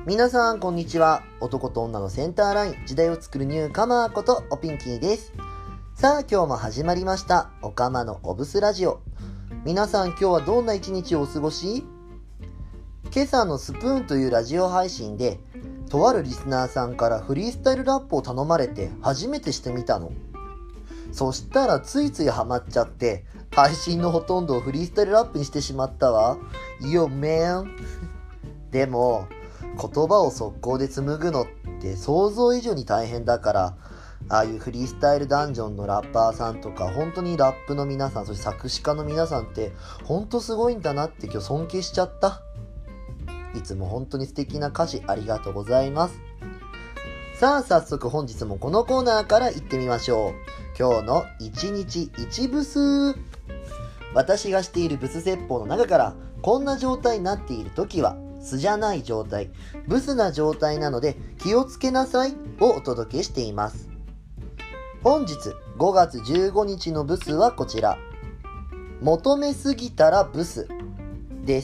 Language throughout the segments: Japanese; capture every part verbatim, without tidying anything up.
皆さんこんにちは。男と女のセンターライン、時代を作るニューカマーことおピンキーです。さあ今日も始まりましたおかまのおブスラジオ。皆さん今日はどんな一日をお過ごし？今朝のスプーンというラジオ配信でとあるリスナーさんからフリースタイルラップを頼まれて初めてしてみたの。そしたらついついハマっちゃって配信のほとんどをフリースタイルラップにしてしまったわ。Yo man でも言葉を速攻で紡ぐのって想像以上に大変だから、ああいうフリースタイルダンジョンのラッパーさんとか本当にラップの皆さん、そして作詞家の皆さんって本当すごいんだなって今日尊敬しちゃった。いつも本当に素敵な歌詞ありがとうございます。さあ早速本日もこのコーナーから行ってみましょう。今日の一日一ブス。私がしているブス説法の中からこんな状態になっている時は素じゃない状態、ブスな状態なので気をつけなさいをお届けしています。本日ごがつじゅうごにちのブスはこちら。求めすぎたらブスです。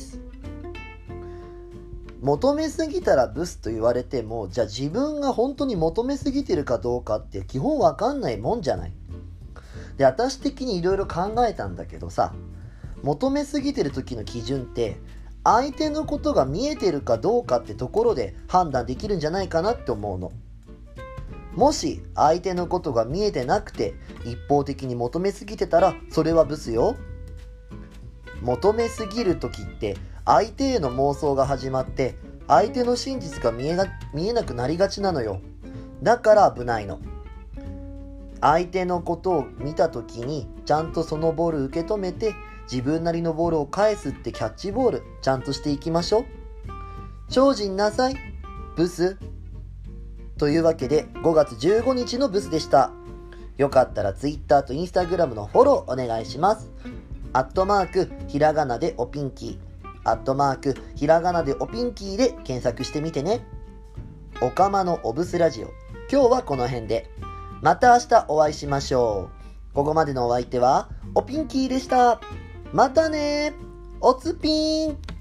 求めすぎたらブスと言われても、じゃあ自分が本当に求めすぎてるかどうかって基本わかんないもんじゃない。で、私的にいろいろ考えたんだけどさ、求めすぎてる時の基準って相手のことが見えてるかどうかってところで判断できるんじゃないかなって思うの。もし相手のことが見えてなくて一方的に求めすぎてたらそれはブスよ。求めすぎる時って相手への妄想が始まって相手の真実が見えな、見えなくなりがちなのよ。だから危ないの。相手のことを見た時にちゃんとそのボール受け止めて自分なりのボールを返すってキャッチボールちゃんとしていきましょう。精進なさいブス。というわけでごがつじゅうごにちのブスでした。よかったら Twitter と Instagram のフォローお願いします。アットマークひらがなでおピンキー、アットマークひらがなでおピンキーで検索してみてね。おかまのおブスラジオ、今日はこの辺で。また明日お会いしましょう。ここまでのお相手はおピンキーでした。またね、おつぴーん。